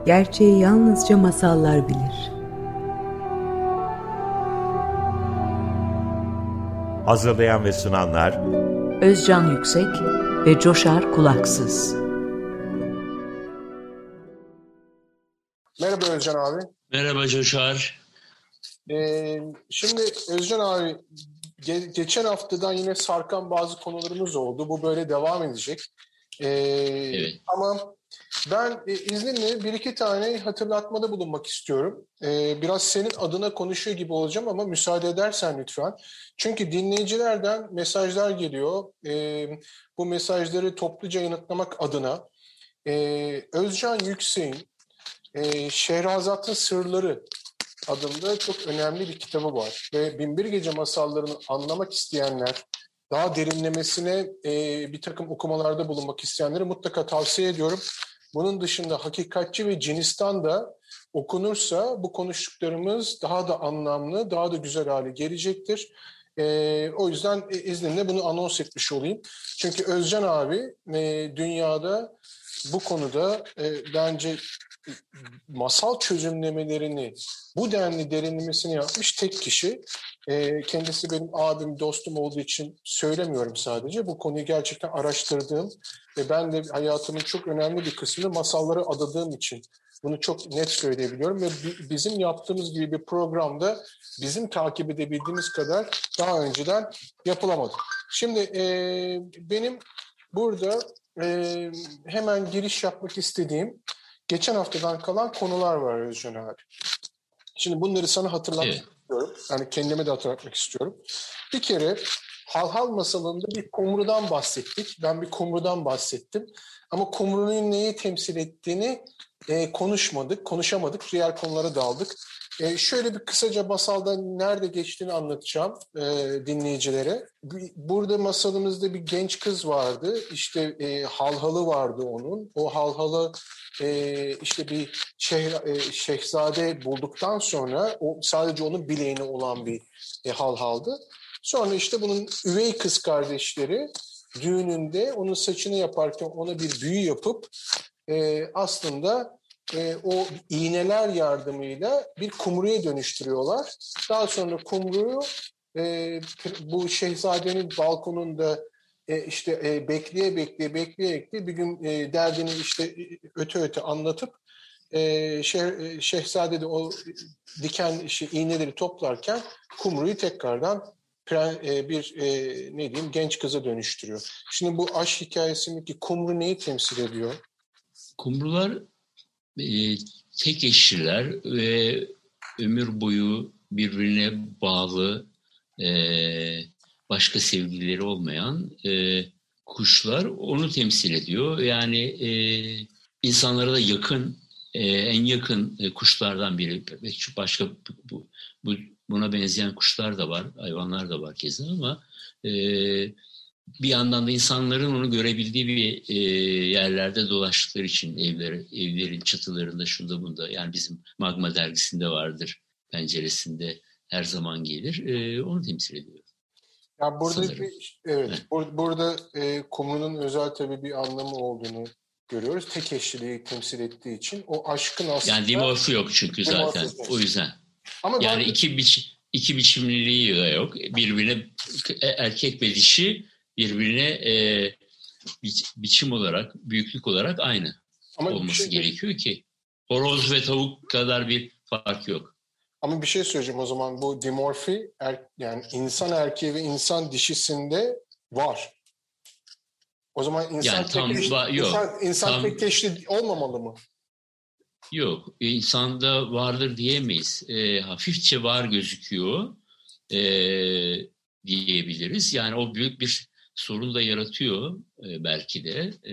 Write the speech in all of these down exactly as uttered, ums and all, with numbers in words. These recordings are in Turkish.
Gerçeği yalnızca masallar bilir. Hazırlayan ve sunanlar Özcan Yüksek ve Coşar Kulaksız. Merhaba Özcan abi. Merhaba Coşar. Ee, şimdi Özcan abi, ge- geçen haftadan yine sarkan bazı konularımız oldu. Bu böyle devam edecek. Ee, Evet. Ama ben e, izninle bir iki tane hatırlatmada bulunmak istiyorum. Ee, biraz senin adına konuşuyor gibi olacağım ama müsaade edersen lütfen. Çünkü dinleyicilerden mesajlar geliyor. Ee, bu mesajları topluca yanıtlamak adına e, Özcan Yüksek'in e, Şehrazat'ın Sırları adında çok önemli bir kitabı var. Ve Binbir Gece masallarını anlamak isteyenler, daha derinlemesine e, bir takım okumalarda bulunmak isteyenlere mutlaka tavsiye ediyorum. Bunun dışında Hakikatçi ve Cinistan da okunursa bu konuştuklarımız daha da anlamlı, daha da güzel hale gelecektir. E, o yüzden e, izninle bunu anons etmiş olayım. Çünkü Özcan abi e, dünyada bu konuda e, bence masal çözümlemelerini, bu denli derinlemesine yapmış tek kişi. E, kendisi benim abim, dostum olduğu için söylemiyorum sadece. Bu konuyu gerçekten araştırdığım ve ben de hayatımın çok önemli bir kısmını masallara adadığım için bunu çok net söyleyebiliyorum. Ve bizim yaptığımız gibi bir programda bizim takip edebildiğimiz kadar daha önceden yapılamadı. Şimdi e, benim burada e, hemen giriş yapmak istediğim geçen haftadan kalan konular var Özcan abi. Şimdi bunları sana hatırlatmak evet. istiyorum. Yani kendime de hatırlatmak istiyorum. Bir kere Halhal masalında bir kumrudan bahsettik. Ben bir kumrudan bahsettim. Ama kumrunun neyi temsil ettiğini e, konuşmadık, konuşamadık. Diğer konulara daldık. E, şöyle bir kısaca masalda nerede geçtiğini anlatacağım e, dinleyicilere. Burada masalımızda bir genç kız vardı. İşte e, halhalı vardı onun. O halhalı e, işte bir şeh, e, şehzade bulduktan sonra o sadece onun bileğine olan bir e, halhaldı. Sonra işte bunun üvey kız kardeşleri düğününde onun saçını yaparken ona bir büyü yapıp e, aslında e, o iğneler yardımıyla bir kumruya dönüştürüyorlar. Daha sonra kumruyu e, bu şehzadenin balkonunda e, işte e, bekleye bekleye bekleye bekleye bir gün e, derdini işte öte öte anlatıp e, şeh, şehzade de o diken işte, iğneleri toplarken kumruyu tekrardan bir e, ne diyeyim genç kıza dönüştürüyor. Şimdi bu aşk hikayesindeki kumru neyi temsil ediyor? Kumrular e, tek eşliler ve ömür boyu birbirine bağlı e, başka sevgilileri olmayan e, kuşlar onu temsil ediyor. Yani e, insanlara da yakın, e, en yakın e, kuşlardan biri. Başka bu, bu buna benzeyen kuşlar da var, hayvanlar da var keza ama e, bir yandan da insanların onu görebildiği bir e, yerlerde dolaştıkları için evler, evlerin çatılarında şunda bunda, yani bizim Magma dergisinde vardır, penceresinde her zaman gelir, e, onu temsil ediyor. Ya burada bir, evet, evet. Bur, burada e, kumrunun özel tabii bir anlamı olduğunu görüyoruz. Tek eşliliği temsil ettiği için o aşkın aslında... Yani dimorfi yok çünkü zaten o yüzden. Ama yani ben... iki biç iki biçimliliği de yok. Birbirine erkek ve dişi birbirine e, bi, biçim olarak, büyüklük olarak aynı ama olması şey gerekiyor ki horoz ve tavuk kadar bir fark yok. Ama bir şey söyleyeceğim o zaman, bu dimorfi er, yani insan erkeği ve insan dişisinde var. O zaman insan yani tam, tek eşli, ba, yok, insan, insan tam, tek eşli olmamalı mı? Yok, insanda vardır diyemeyiz. E, hafifçe var gözüküyor e, diyebiliriz. Yani o büyük bir sorun da yaratıyor e, belki de. E,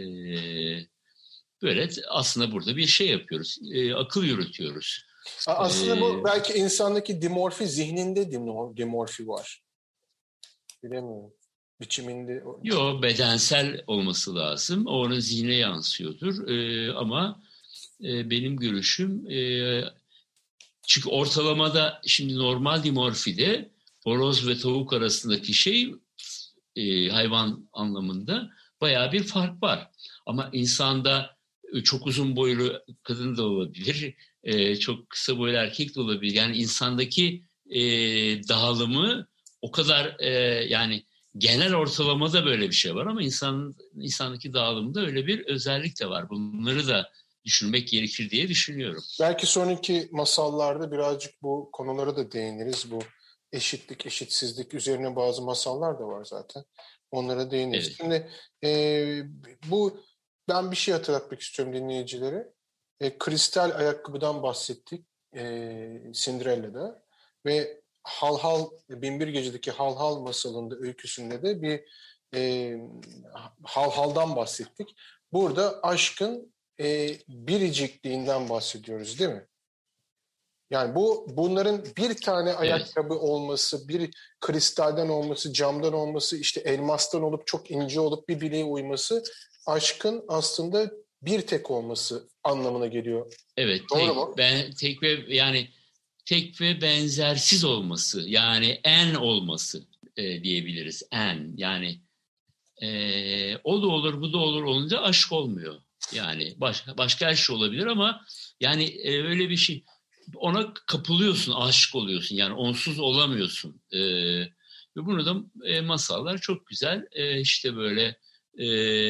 böyle aslında burada bir şey yapıyoruz, e, akıl yürütüyoruz. Aslında ee, bu belki insandaki dimorfi, zihninde dimorfi var. Bilemiyorum. Biçiminde. Yok, bedensel olması lazım. O onun zihne yansıyordur. E, ama e, benim görüşüm... E, Çünkü ortalamada şimdi normal dimorfide horoz ve tavuk arasındaki şey e, hayvan anlamında bayağı bir fark var. Ama insanda çok uzun boylu kadın da olabilir, e, çok kısa boylu erkek de olabilir. Yani insandaki e, dağılımı o kadar e, yani genel ortalamada böyle bir şey var ama insan insandaki dağılımda öyle bir özellik de var. Bunları da düşünmek gerekir diye düşünüyorum. Belki sonraki masallarda birazcık bu konulara da değiniriz. Bu eşitlik, eşitsizlik üzerine bazı masallar da var zaten. Onlara değiniriz. Evet. Şimdi e, bu ben bir şey hatırlatmak istiyorum dinleyicilere. E, kristal ayakkabıdan bahsettik e, Cinderella'da ve Hal Hal, Binbir Gece'deki Hal Hal masalında, öyküsünde de bir e, Hal Hal'dan bahsettik. Burada aşkın e, biricikliğinden bahsediyoruz değil mi? Yani bu bunların bir tane ayakkabı evet. olması, bir kristalden olması, camdan olması, işte elmastan olup çok ince olup bir bileğe uyması aşkın aslında bir tek olması anlamına geliyor. Evet, doğru tek, mu? Ben, tek ve yani tek ve benzersiz olması, yani en olması e, diyebiliriz. En yani e, o da olur, bu da olur olunca aşk olmuyor. Yani başka başka her şey olabilir ama yani e, öyle bir şey. Ona kapılıyorsun, aşık oluyorsun. Yani onsuz olamıyorsun. Ee, ve bunu da e, masallar çok güzel. E, işte böyle e,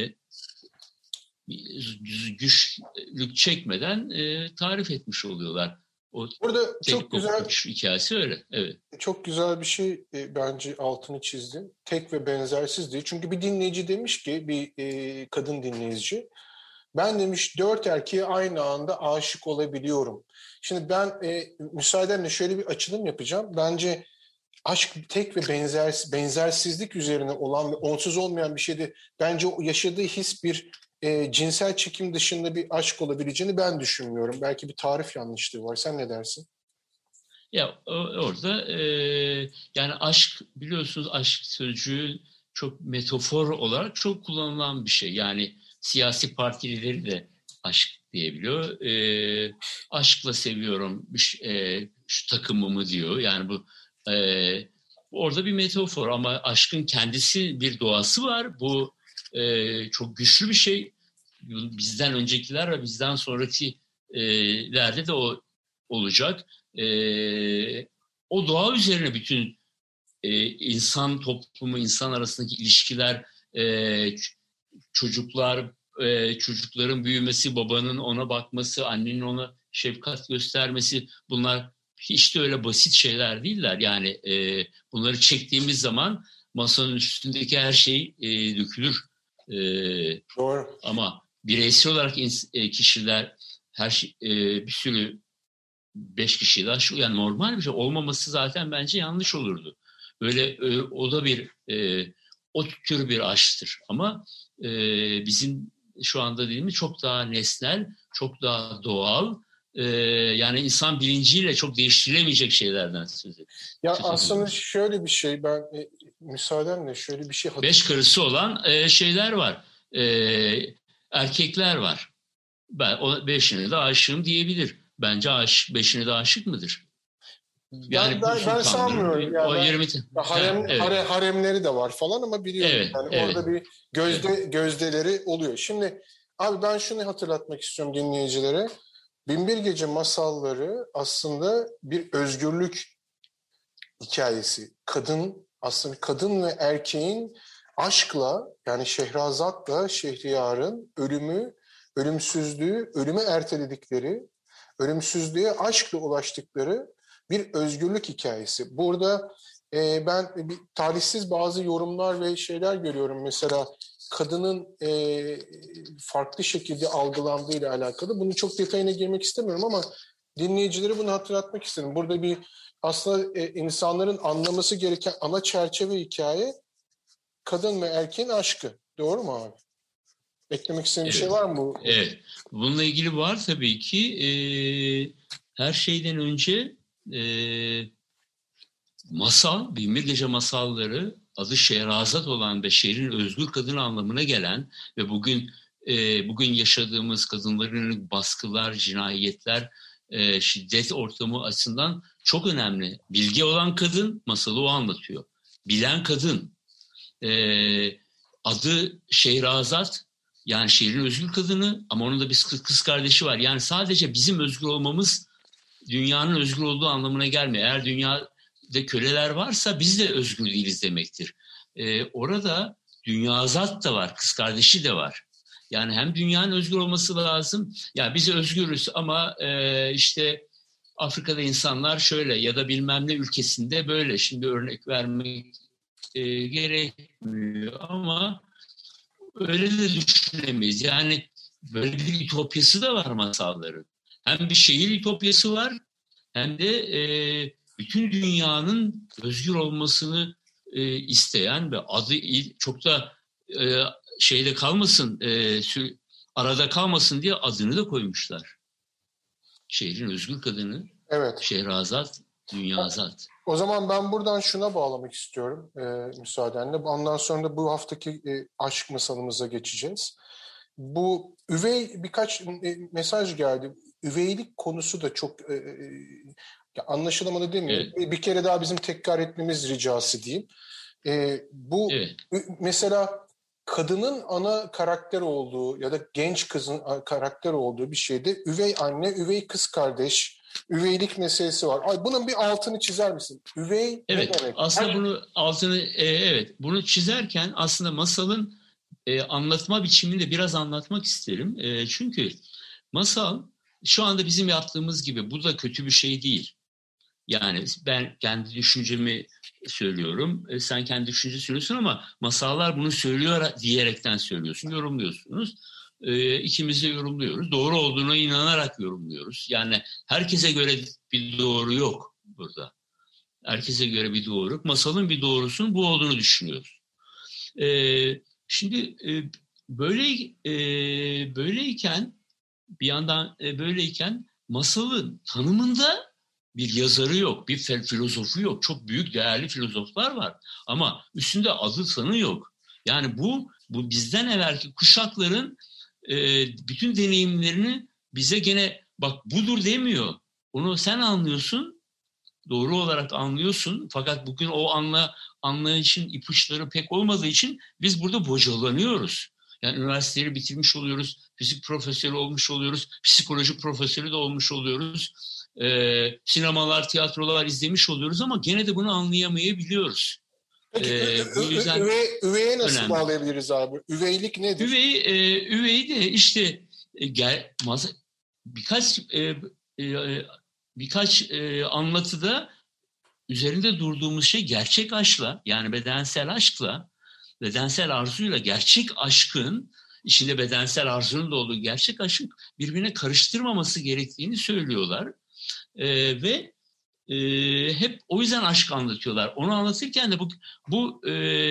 güçlük çekmeden e, tarif etmiş oluyorlar. O burada çok güzel hikayesi öyle. Evet. Çok güzel bir şey e, bence altını çizdin. Tek ve benzersiz diye. Çünkü bir dinleyici demiş ki, bir e, kadın dinleyici, ben demiş dört erkeğe aynı anda aşık olabiliyorum. Şimdi ben e, müsaadenle şöyle bir açılım yapacağım. Bence aşk tek ve benzer, benzersizlik üzerine olan ve onsuz olmayan bir şeydi. Bence o yaşadığı his bir e, cinsel çekim dışında bir aşk olabileceğini ben düşünmüyorum. Belki bir tarif yanlışlığı var. Sen ne dersin? Ya orada e, yani aşk, biliyorsunuz aşk sözcüğü çok metafor olarak çok kullanılan bir şey. Yani siyasi partileri de aşk diyebiliyor. E, aşkla seviyorum e, şu takımımı diyor. Yani bu e, orada bir metafor ama aşkın kendisi bir doğası var. Bu e, çok güçlü bir şey. Bizden öncekiler ve bizden sonrakilerde de o olacak. E, o doğa üzerine bütün e, insan toplumu, insan arasındaki ilişkiler, e, çocuklar, e, çocukların büyümesi, babanın ona bakması, annenin ona şefkat göstermesi, bunlar hiç de öyle basit şeyler değiller. Yani e, bunları çektiğimiz zaman masanın üstündeki her şey e, dökülür. E, Doğru. Ama bireysel olarak ins- e, kişiler her şey, e, bir sürü beş kişi daha şu, yani normal bir şey olmaması zaten bence yanlış olurdu. Öyle o da bir e, o tür bir aşktır ama e, bizim şu anda dediğimiz çok daha nesnel, çok daha doğal, e, yani insan bilinciyle çok değiştirilemeyecek şeylerden söz ediyoruz. Ya söz aslında ediyoruz. Şöyle bir şey, ben e, müsaadenle şöyle bir şey hatırlıyorum. Beş karısı olan e, şeyler var, e, erkekler var. Ben o beşine de aşığım diyebilir. Bence aşık, beşine de aşık mıdır? Yani ben, ben, ben sanmıyorum. Yani o ben, yirmi harem, ha, evet. hare, haremleri de var falan ama biliyorum. Evet, yani evet. orada bir gözde evet. gözdeleri oluyor. Şimdi abi ben şunu hatırlatmak istiyorum dinleyicilere. Binbir Gece masalları aslında bir özgürlük hikayesi. Kadın, aslında kadın ve erkeğin aşkla, yani Şehrazat'la Şehriyar'ın ölümü, ölümsüzlüğü, ölümü erteledikleri, ölümsüzlüğe aşkla ulaştıkları bir özgürlük hikayesi. Burada e, ben bir talihsiz bazı yorumlar ve şeyler görüyorum. Mesela kadının e, farklı şekilde algılandığıyla alakalı. Bunu çok detayına girmek istemiyorum ama dinleyicileri bunu hatırlatmak istedim. Burada bir aslında e, insanların anlaması gereken ana çerçeve hikaye kadın ve erkeğin aşkı. Doğru mu abi? Eklemek istediğin evet. bir şey var mı bu? Evet. Bununla ilgili var tabii ki. E, her şeyden önce e, masal, Binbir Gece masalları adı Şehrazat olan ve şehrin özgür kadın anlamına gelen ve bugün e, bugün yaşadığımız kadınların baskılar, cinayetler, e, şiddet ortamı açısından çok önemli. Bilge olan kadın, masalı o anlatıyor. Bilen kadın. E, adı Şehrazat Yani şehrin özgür kadını ama onun da bir kız kardeşi var. Yani sadece bizim özgür olmamız dünyanın özgür olduğu anlamına gelmiyor. Eğer dünyada köleler varsa biz de özgür değiliz demektir. Ee, orada dünyazat da var, kız kardeşi de var. Yani hem dünyanın özgür olması lazım. Ya biz özgürüz ama e, işte Afrika'da insanlar şöyle ya da bilmem ne ülkesinde böyle. Şimdi örnek vermek e, gerekmiyor ama öyle de düşünemeyiz. Yani böyle bir ütopyası da var masalların. Hem bir şehir ütopyası var hem de e, bütün dünyanın özgür olmasını e, isteyen ve adı çok da e, şeyde kalmasın, e, arada kalmasın diye adını da koymuşlar. Şehrin özgür kadını, evet. Şehrazat, Dünyazat. O zaman ben buradan şuna bağlamak istiyorum e, müsaadenle. Ondan sonra da bu haftaki e, aşk masalımıza geçeceğiz. Bu üvey birkaç e, mesaj geldi. Üveylik konusu da çok e, e, anlaşılamadı değil mi? Evet. Bir kere daha bizim tekrar etmemiz ricası diyeyim. E, bu evet. Mesela kadının ana karakter olduğu ya da genç kızın karakter olduğu bir şeyde üvey anne, üvey kız kardeş, üveylik meselesi var. Ay, bunun bir altını çizer misin? Üvey evet, ne demek? Aslında Her... bunu altını e, evet bunu çizerken aslında masalın e, anlatma biçimini de biraz anlatmak isterim. E, çünkü masal şu anda bizim yaptığımız gibi bu da kötü bir şey değil. Yani ben kendi düşüncemi söylüyorum, e, sen kendi düşünceni söylüyorsun ama masallar bunu söylüyor diyerekten söylüyorsun, yorumluyorsunuz. E, ikimiz de yorumluyoruz. Doğru olduğuna inanarak yorumluyoruz. Yani herkese göre bir doğru yok burada. Herkese göre bir doğru yok. Masalın bir doğrusunun bu olduğunu düşünüyoruz. E, şimdi e, böyle e, böyleyken bir yandan e, böyleyken masalın tanımında bir yazarı yok, bir filozofu yok. Çok büyük, değerli filozoflar var. Ama üstünde adı sanı yok. Yani bu, bu bizden evvelki kuşakların e, bütün deneyimlerini bize gene bak budur demiyor. Onu sen anlıyorsun, doğru olarak anlıyorsun. Fakat bugün o anla, anlayışın ipuçları pek olmadığı için biz burada bocalanıyoruz. Yani üniversiteyi bitirmiş oluyoruz, fizik profesörü olmuş oluyoruz, psikoloji profesörü de olmuş oluyoruz. Ee, sinemalar, tiyatrolar izlemiş oluyoruz ama gene de bunu anlayamayabiliyoruz. Peki ee, bu yüzden üvey, üveye nasıl önemli. Bağlayabiliriz abi? Üveylik nedir? Üvey, e, üvey de işte e, gel, masa, birkaç e, e, birkaç e, anlatıda üzerinde durduğumuz şey gerçek aşkla, yani bedensel aşkla, bedensel arzuyla gerçek aşkın, içinde bedensel arzunun da olduğu gerçek aşkın birbirine karıştırmaması gerektiğini söylüyorlar. Ee, ve e, hep o yüzden aşk anlatıyorlar. Onu anlatırken de bu, bu e,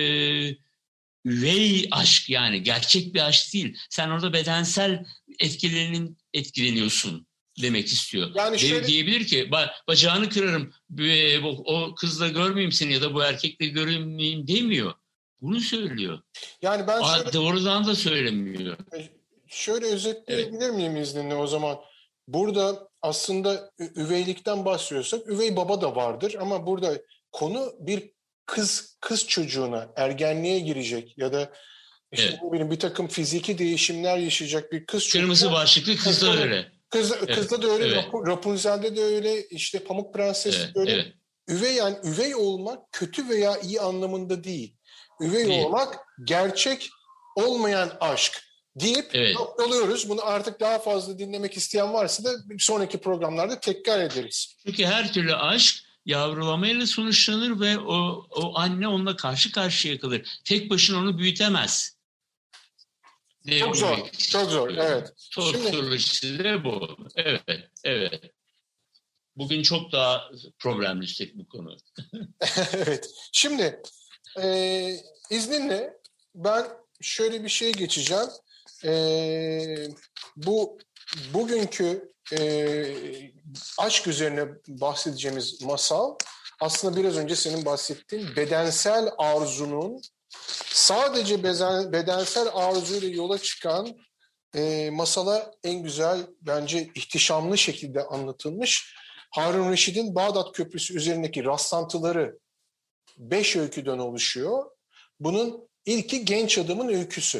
üvey aşk, yani gerçek bir aşk değil. Sen orada bedensel etkilerinin etkileniyorsun demek istiyor. Yani şöyle... Diyebilir ki bacağını kırarım, o kızla görmeyeyim seni ya da bu erkekle görmeyeyim demiyor. Bunu söylüyor. Yani ben şöyle... Doğrudan da söylemiyor. Şöyle özetleyebilir evet. miyim izninle o zaman? Burada aslında üveylikten bahsediyorsak üvey baba da vardır ama burada konu bir kız kız çocuğuna ergenliğe girecek ya da işte evet. bir, bir takım fiziki değişimler yaşayacak bir kız çocuğuna. Kırmızı başlıklı kız da öyle. Kız, evet. Kızda da öyle, evet. Rapunzel'de de öyle, işte Pamuk Prenses evet. de öyle. Evet. Üvey yani üvey olmak kötü veya iyi anlamında değil. Üvey değil. Olmak gerçek olmayan aşk deyip evet. noktalıyoruz. Bunu artık daha fazla dinlemek isteyen varsa da sonraki programlarda tekrar ederiz. Çünkü her türlü aşk yavrulamayla sonuçlanır ve o, o anne onunla karşı karşıya kalır. Tek başına onu büyütemez. Ne çok zor, çok zor, evet. Sosyolojisi de bu. Evet, evet. Bugün çok daha problemli üstelik bu konu. Evet. Şimdi e, izninle ben şöyle bir şey geçeceğim. E, bu bugünkü e, aşk üzerine bahsedeceğimiz masal aslında biraz önce senin bahsettiğin bedensel arzunun sadece bedensel arzuyla yola çıkan e, masala en güzel bence ihtişamlı şekilde anlatılmış. Harun Reşid'in Bağdat Köprüsü üzerindeki rastlantıları beş öyküden oluşuyor. Bunun ilki genç adamın öyküsü.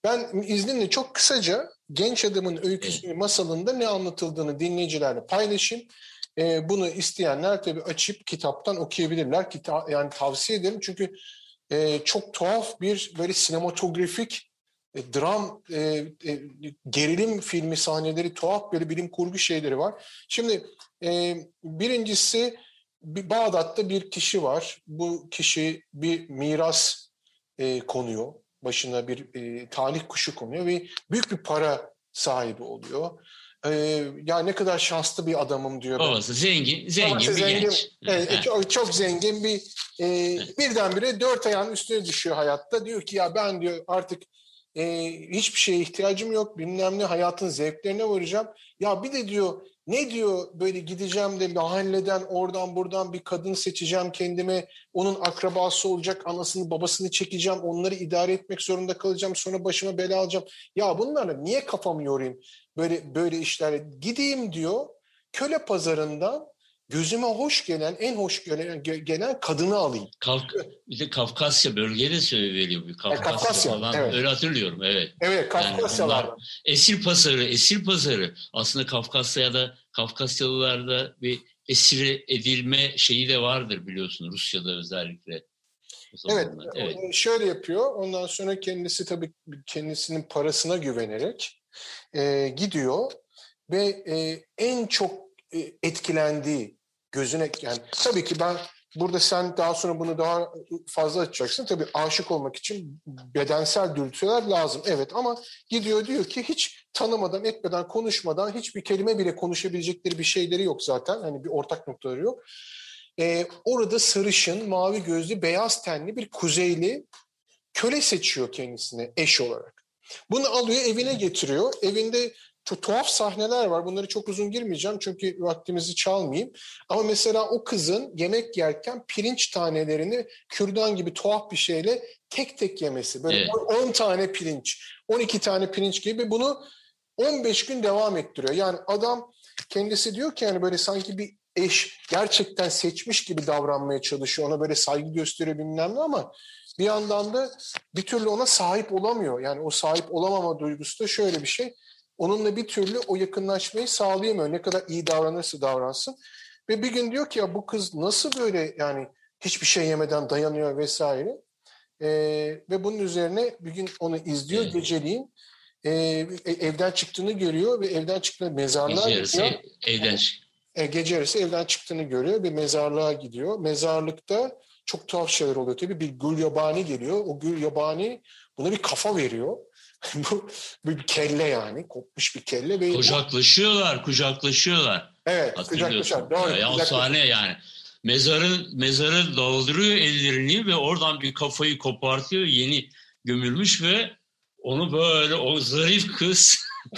Ben izninle çok kısaca genç adamın öyküsü Evet. masalında ne anlatıldığını dinleyicilerle paylaşayım. Ee, bunu isteyenler tabii açıp kitaptan okuyabilirler. Kita yani tavsiye ederim çünkü e, çok tuhaf bir böyle sinematografik e, dram, e, e, gerilim filmi sahneleri, tuhaf böyle bilim kurgu şeyleri var. Şimdi e, birincisi bir Bağdat'ta bir kişi var. Bu kişi bir miras e, konuyor. Başına bir e, talih kuşu konuyor ve büyük bir para sahibi oluyor. E, ya ne kadar şanslı bir adamım diyor ben. Babası zengin, zengin Babası bir zengin, genç. evet, çok, çok zengin bir e, birdenbire dört ayağın üstüne düşüyor hayatta. Diyor ki ya ben diyor artık e, hiçbir şeye ihtiyacım yok. Bilmem ne hayatın zevklerine varacağım. Ya bir de diyor ne diyor böyle gideceğim de mahalleden oradan buradan bir kadın seçeceğim kendime. Onun akrabası olacak, anasını babasını çekeceğim. Onları idare etmek zorunda kalacağım. Sonra başıma bela alacağım. Ya bunlarla niye kafamı yorayım? Böyle böyle işlerle gideyim diyor. Köle pazarından gözüme hoş gelen, en hoş gelen, gelen kadını alayım. Kafk bir de Kafkasya bölgede söyleniyor. Bir Kafkasya, Kafkasya, falan evet. Öyle hatırlıyorum. Evet. Evet, Kafkasyalar. Yani esir pazarı, esir pazarı. Aslında Kafkasya'da, Kafkasyalılarda bir esir edilme şeyi de vardır biliyorsun Rusya'da özellikle. Evet, evet. Şöyle yapıyor. Ondan sonra kendisi tabii kendisinin parasına güvenerek e, gidiyor ve e, en çok e, etkilendiği gözüne yani tabii ki ben burada sen daha sonra bunu daha fazla açacaksın. Tabii aşık olmak için bedensel dürtüler lazım. Evet ama gidiyor diyor ki hiç tanımadan, etmeden, konuşmadan hiçbir kelime bile konuşabilecekleri bir şeyleri yok zaten. Hani bir ortak noktaları yok. Ee, orada sarışın, mavi gözlü, beyaz tenli bir kuzeyli köle seçiyor kendisine eş olarak. Bunu alıyor evine getiriyor. Evinde çok tuhaf sahneler var. Bunları çok uzun girmeyeceğim çünkü vaktimizi çalmayayım. Ama mesela o kızın yemek yerken pirinç tanelerini kürdan gibi tuhaf bir şeyle tek tek yemesi. Böyle evet. on tane pirinç, on iki tane pirinç gibi bunu on beş gün devam ettiriyor. Yani adam kendisi diyor ki yani böyle sanki bir eş gerçekten seçmiş gibi davranmaya çalışıyor. Ona böyle saygı gösteriyor bilmem ne ama bir yandan da bir türlü ona sahip olamıyor. Yani o sahip olamama duygusu da şöyle bir şey. Onunla bir türlü o yakınlaşmayı sağlayamıyor. Ne kadar iyi davranırsa davransın. Ve bir gün diyor ki ya bu kız nasıl böyle yani hiçbir şey yemeden dayanıyor vesaire. Ee, ve bunun üzerine bir gün onu izliyor evet. Geceliğin. E, evden çıktığını görüyor ve evden çıktığını mezarlığa gece gidiyor. Evden e, gece yarısı evden çıktığını görüyor ve mezarlığa gidiyor. Mezarlıkta çok tuhaf şeyler oluyor tabii. Bir gül yabani geliyor. O gül yabani buna bir kafa veriyor. Bu bir kelle yani. Kopmuş bir kelle. Ve kucaklaşıyorlar, kucaklaşıyorlar. Evet, kucaklaşıyorlar. Doğru. Ya, ya sahne yani. Mezarı, mezarı dolduruyor ellerini ve oradan bir kafayı kopartıyor. Yeni gömülmüş ve onu böyle o zarif kız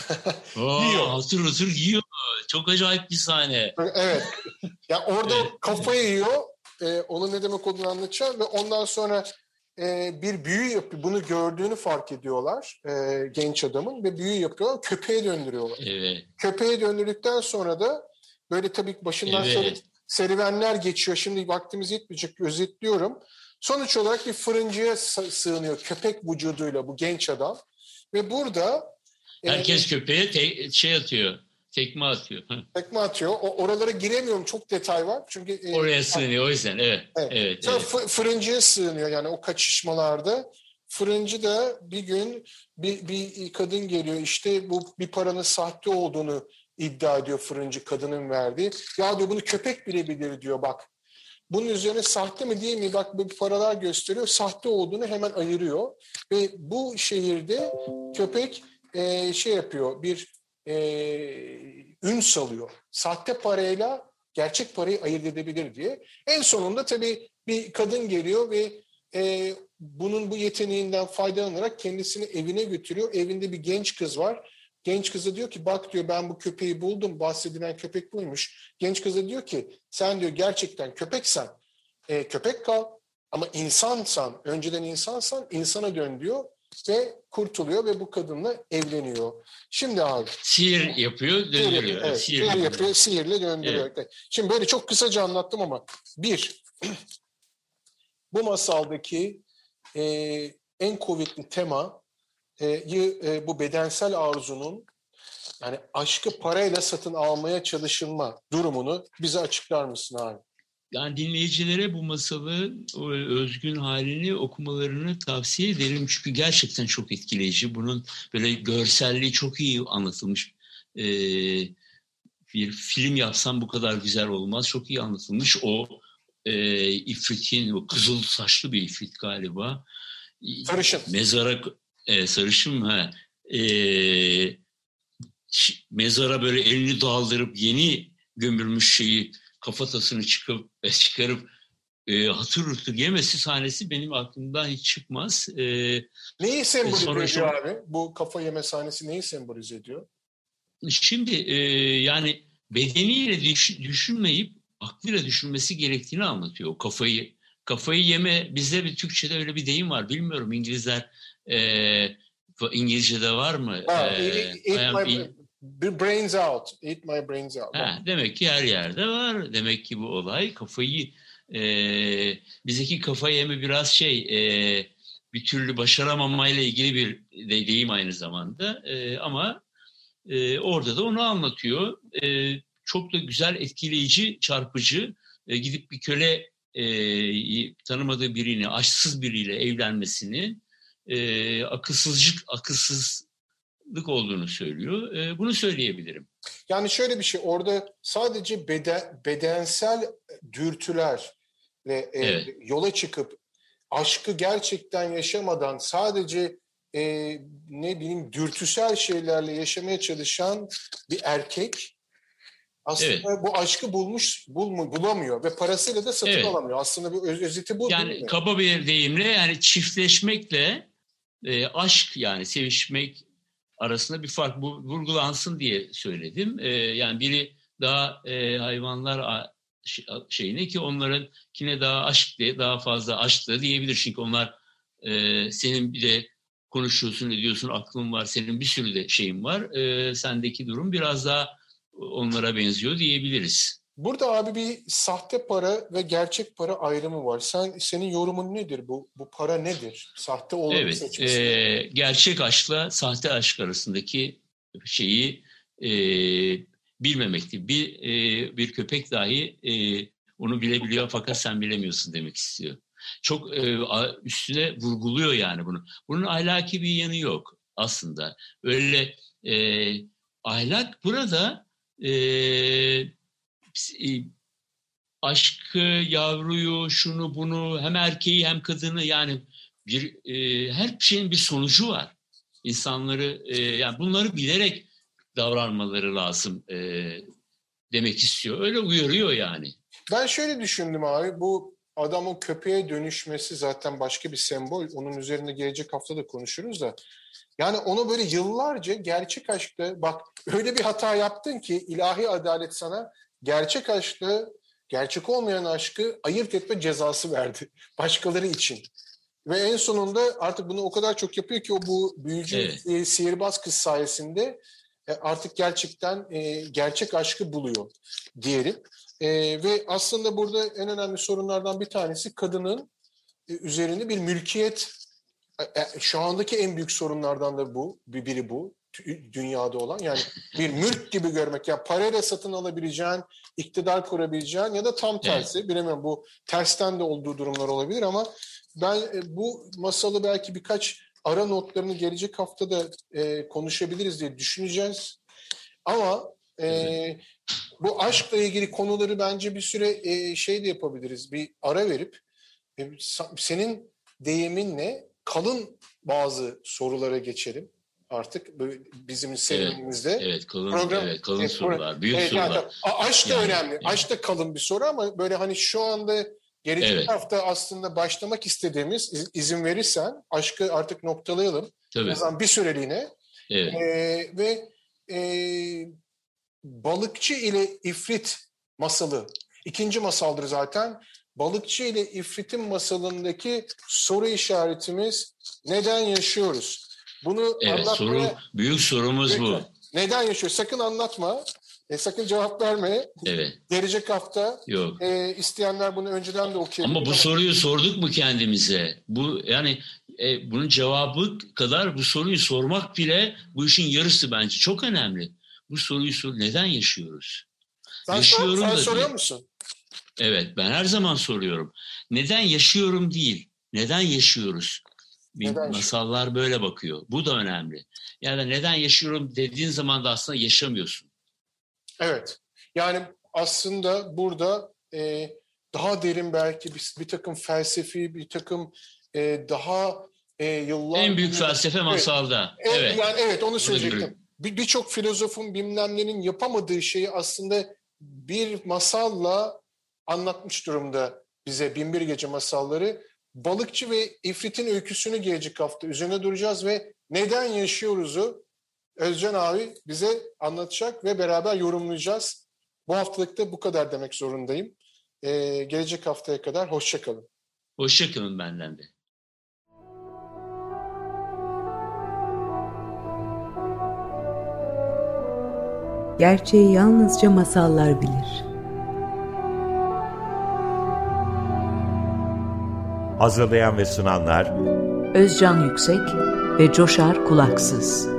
yiyor. Hatır hatır yiyor. Çok acayip bir sahne. Evet. Ya orada evet. Kafayı yiyor. Ee, onun ne demek olduğunu anlatacağım ve ondan sonra e, bir büyü yapıyor. Bunu gördüğünü fark ediyorlar e, genç adamın ve büyü yapıyorlar. Köpeğe döndürüyorlar. Evet. Köpeğe döndürdükten sonra da böyle tabii başından evet. serüvenler geçiyor. Şimdi vaktimiz yetmeyecek. Özetliyorum. Sonuç olarak bir fırıncıya sığınıyor köpek vücuduyla bu genç adam. Ve burada herkes e, köpeğe te- şey atıyor. Tekme atıyor. Tekme atıyor. O, oralara giremiyorum. Çok detay var. Çünkü e, oraya sığınıyor o yüzden. Evet. Evet. evet, Sonra evet. fırıncıya sığınıyor yani o kaçışmalarda. Fırıncı da bir gün bir, bir kadın geliyor. İşte bu bir paranın sahte olduğunu iddia ediyor fırıncı kadının verdiği. Ya diyor bunu köpek bile bilir diyor bak. Bunun üzerine sahte mi değil mi? Bak bu paralar gösteriyor. Sahte olduğunu hemen ayırıyor. Ve bu şehirde köpek e, şey yapıyor. Bir e, ün salıyor. Sahte parayla gerçek parayı ayırt edebilir diye. En sonunda tabii bir kadın geliyor ve e, bunun bu yeteneğinden faydalanarak kendisini evine götürüyor. Evinde bir genç kız var. Genç kıza diyor ki bak diyor ben bu köpeği buldum. Bahsedilen köpek buymuş. Genç kıza diyor ki sen diyor gerçekten köpeksen e, köpek kal ama insansan, önceden insansan insana dön diyor ve kurtuluyor ve bu kadınla evleniyor. Şimdi abi. Sihir yapıyor, döndürüyor. Sihir, evet, sihir, sihir yapıyor, sihirle döndürüyor. Evet. Şimdi böyle çok kısaca anlattım ama bir, bu masaldaki e, en kuvvetli tema e, bu bedensel arzunun, yani aşkı parayla satın almaya çalışılma durumunu bize açıklar mısın abi? Yani dinleyicilere bu masalı özgün halini okumalarını tavsiye ederim. Çünkü gerçekten çok etkileyici. Bunun böyle görselliği çok iyi anlatılmış. Ee, bir film yapsam bu kadar güzel olmaz. Çok iyi anlatılmış. O e, ifritin, o kızıl saçlı bir ifrit galiba. Sarışın. Mezara, e, sarışın mı? Ha. E, mezara böyle elini daldırıp yeni gömülmüş şeyi, kafatasını çıkıp çıkarıp e, hatır hırtır yemesi sahnesi benim aklımdan hiç çıkmaz. E, neyi sembolize ediyor sonra, abi? Bu kafa yeme sahnesi neyi sembolize ediyor? Şimdi e, yani bedeniyle düş, düşünmeyip aklıyla düşünmesi gerektiğini anlatıyor. O kafayı kafayı yeme, bizde bir Türkçe'de öyle bir deyim var. Bilmiyorum İngilizler e, İngilizce'de var mı? Ha, e, eat my brains out. Eat my brains out. Ha, demek ki her yerde var. Demek ki bu olay kafayı e, bizdeki kafa yeme biraz şey e, bir türlü başaramamayla ilgili bir de, deyim aynı zamanda. E, ama e, orada da onu anlatıyor. E, çok da güzel, etkileyici, çarpıcı. E, gidip bir köle e, tanımadığı birini, aşksız biriyle evlenmesini e, akılsızlık, akılsızlık olduğunu söylüyor. E, bunu söyleyebilirim. Yani şöyle bir şey, orada sadece beden, bedensel dürtülerle e, evet. yola çıkıp aşkı gerçekten yaşamadan sadece e, ne bileyim dürtüsel şeylerle yaşamaya çalışan bir erkek aslında evet. bu aşkı bulmuş bulmu, bulamıyor ve parasıyla da satın evet. alamıyor. Aslında bir öz, özeti bu yani değil mi? Kaba bir deyimle yani çiftleşmekle e, aşk yani sevişmek arasında bir fark bu, vurgulansın diye söyledim. Ee, yani biri daha e, hayvanlar şeyine ki onlarınkine daha aşk diye daha fazla aşk da diyebilir. Çünkü onlar e, senin bir de konuşuyorsun ediyorsun aklın var senin bir sürü de şeyin var. E, sendeki durum biraz daha onlara benziyor diyebiliriz. Burada abi bir sahte para ve gerçek para ayrımı var. Sen senin yorumun nedir? Bu bu para nedir? Sahte olanı evet, seçmesi. E, gerçek aşkla sahte aşk arasındaki şeyi e, bilmemekti. Bir e, bir köpek dahi e, onu bilebiliyor fakat sen bilemiyorsun demek istiyor. Çok e, üstüne vurguluyor yani bunu. Bunun ahlaki bir yanı yok aslında. Öyle e, ahlak burada e, aşkı, yavruyu, şunu bunu hem erkeği hem kadını yani bir e, her şeyin bir sonucu var. İnsanları e, yani bunları bilerek davranmaları lazım e, demek istiyor. Öyle uyarıyor yani. Ben şöyle düşündüm abi. Bu adamın köpeğe dönüşmesi zaten başka bir sembol. Onun üzerine gelecek hafta da konuşuruz da. Yani onu böyle yıllarca gerçek aşkta bak öyle bir hata yaptın ki ilahi adalet sana gerçek aşkla gerçek olmayan aşkı ayırt etme cezası verdi başkaları için. Ve en sonunda artık bunu o kadar çok yapıyor ki o bu büyücü evet. sihirbaz kız sayesinde artık gerçekten gerçek aşkı buluyor diyelim. Ve aslında burada en önemli sorunlardan bir tanesi kadının üzerinde bir mülkiyet. Şu andaki en büyük sorunlardan da bu, biri bu. Dünyada olan yani bir mülk gibi görmek yani parayla satın alabileceğin, iktidar kurabileceğin ya da tam tersi evet. bilemiyorum bu tersten de olduğu durumlar olabilir ama ben bu masalı belki birkaç ara notlarını gelecek haftada e, konuşabiliriz diye düşüneceğiz ama e, evet. bu aşkla ilgili konuları bence bir süre e, şey de yapabiliriz bir ara verip e, senin deyiminle kalın bazı sorulara geçelim. Artık bizim serimizde. Evet, evet kalın, program, evet, kalın evet, sorular, büyük evet, sorular. Yani, aşk da yani, önemli. Yani. Aşk da kalın bir soru ama böyle hani şu anda gelecek evet. hafta aslında başlamak istediğimiz izin verirsen aşkı artık noktalayalım. Tabii. En azından bir süreliğine. Evet. Ee, ve e, balıkçı ile ifrit masalı. İkinci masaldır zaten. Balıkçı ile ifritin masalındaki soru işaretimiz neden yaşıyoruz? Bunu evet, anlatmaya... soru, büyük sorumuz Peki. bu. Neden yaşıyor? Sakın anlatma. E, sakın cevap verme. Evet. Gelecek hafta Yok. E, isteyenler bunu önceden de okuyabilir. Ama bu ama... soruyu sorduk mu kendimize? Bu yani e, bunun cevabı kadar bu soruyu sormak bile bu işin yarısı bence. Çok önemli. Bu soruyu sor. Neden yaşıyoruz? Sen, yaşıyorum sen da soruyor değil. musun? Evet, ben her zaman soruyorum. Neden yaşıyorum değil, neden yaşıyoruz? Bir Neden masallar böyle bakıyor. Bu da önemli. Yani neden yaşıyorum dediğin zaman da aslında yaşamıyorsun. Evet. Yani aslında burada e, daha derin belki bir, bir takım felsefi, bir takım e, daha e, yıllar... En büyük felsefe masalda. Evet. Evet. Yani evet onu Burada söyleyecektim. görüyorum. Bir, birçok filozofun bilmemlerin yapamadığı şeyi aslında bir masalla anlatmış durumda bize Binbir Gece masalları. Balıkçı ve İfrit'in öyküsünü gelecek hafta üzerine duracağız ve neden yaşıyoruzu Özcan abi bize anlatacak ve beraber yorumlayacağız. Bu haftalık da bu kadar demek zorundayım. Ee, gelecek haftaya kadar hoşça kalın. Hoşça kalın benden de. Gerçeği yalnızca masallar bilir. Hazırlayan ve sunanlar Özcan Yüksek ve Coşar Kulaksız.